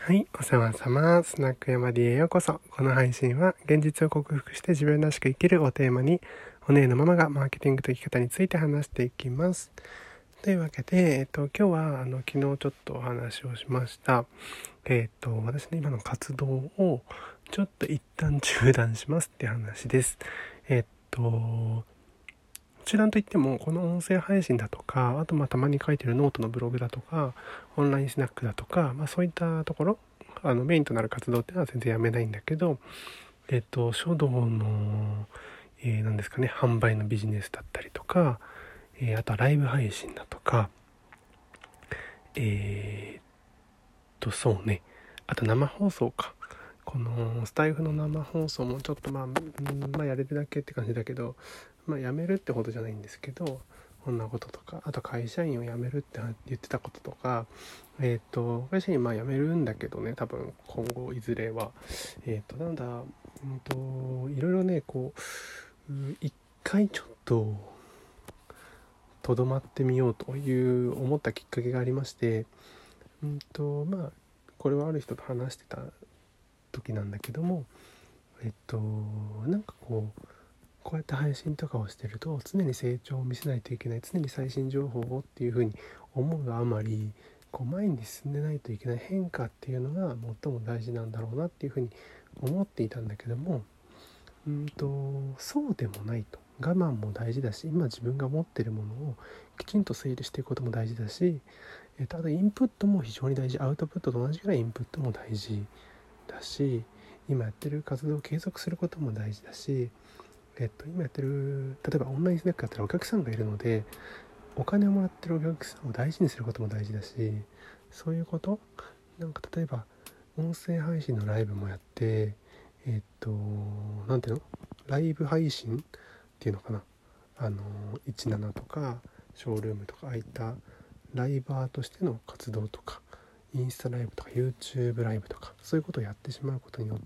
はい、お世話様。スナック山 D へようこそ。この配信は現実を克服して自分らしく生きるをテーマに、お姉のママがマーケティングと生き方について話していきます。というわけで、今日は昨日ちょっとお話をしました。私の今の活動をちょっと一旦中断しますっていう話です。中断といっても、この音声配信だとか、あとたまに書いてるノートのブログだとか、オンラインスナックだとか、そういったところ、メインとなる活動っていうのは全然やめないんだけど、書道の、なんですかね、販売のビジネスだったりとか、あとはライブ配信だとか、そうね、あと生放送か。このスタイフの生放送もちょっとやれるだけって感じだけど、やめるってほどじゃないんですけど、こんなこととか、あと会社員を辞めるって言ってたこととか、会社員辞めるんだけどね、多分今後いずれは、なんだ、いろいろね、一回ちょっととどまってみようという思ったきっかけがありまして、これはある人と話してた時なんだけども、なんかこうやって配信とかをしてると常に成長を見せないといけない、常に最新情報をっていう風に思うがあまり、前に進んでないといけない変化っていうのが最も大事なんだろうなっていう風に思っていたんだけども、そうでもないと。我慢も大事だし、今自分が持ってるものをきちんと整理していくことも大事だし、あとインプットも非常に大事、アウトプットと同じぐらいインプットも大事だし、今やってる活動を継続することも大事だし、今やってる、例えばオンラインスナックだったらお客さんがいるので、お金をもらってるお客さんを大事にすることも大事だし、そういうこと、なんか例えば音声配信のライブもやって、なんていうの、ライブ配信っていうのかな、17とかショールームとか、ああいったライバーとしての活動とか、インスタライブとか YouTube ライブとか、そういうことをやってしまうことによって、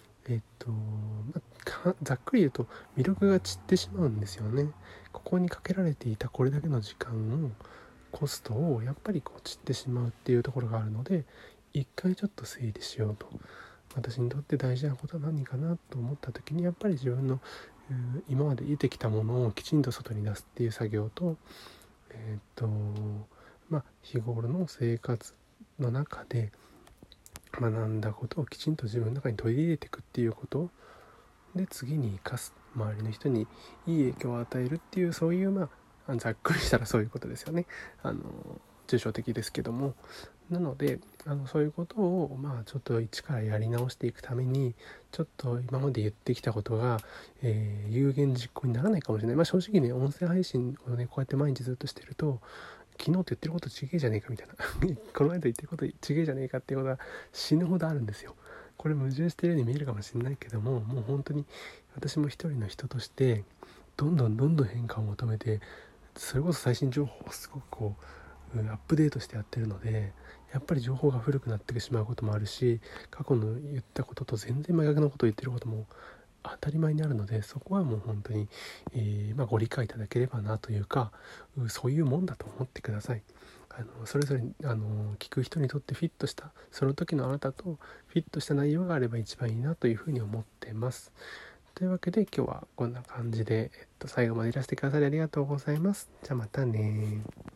ざっくり言うと魅力が散ってしまうんですよね。ここにかけられていたこれだけの時間を、コストをやっぱり散ってしまうっていうところがあるので、一回ちょっと整理しようと。私にとって大事なことは何かなと思った時に、やっぱり自分の今まで得てきたものをきちんと外に出すっていう作業と、日頃の生活の中で学んだことをきちんと自分の中に取り入れていくっていうことで、次に生かす、周りの人にいい影響を与えるっていう、そういうざっくりしたらそういうことですよね。抽象的ですけども、なのでそういうことをちょっと一からやり直していくために、ちょっと今まで言ってきたことが、有言実行にならないかもしれない。正直ね、音声配信をね、こうやって毎日ずっとしてると、昨日と言ってることちげえじゃねえかみたいなこの間言ってることちげえじゃねえかっていうことが死ぬほどあるんですよ。これ矛盾してるように見えるかもしれないけども、もう本当に私も一人の人としてどんどん変化を求めて、それこそ最新情報をすごくアップデートしてやってるので、やっぱり情報が古くなってしまうこともあるし、過去の言ったことと全然真逆のことを言ってることも当たり前にあるので、そこはもう本当に、ご理解いただければなというか、そういうもんだと思ってください。それぞれ聞く人にとってフィットした、その時のあなたとフィットした内容があれば一番いいなというふうに思ってます。というわけで今日はこんな感じで、最後までいらしてくださりありがとうございます。じゃあまたね。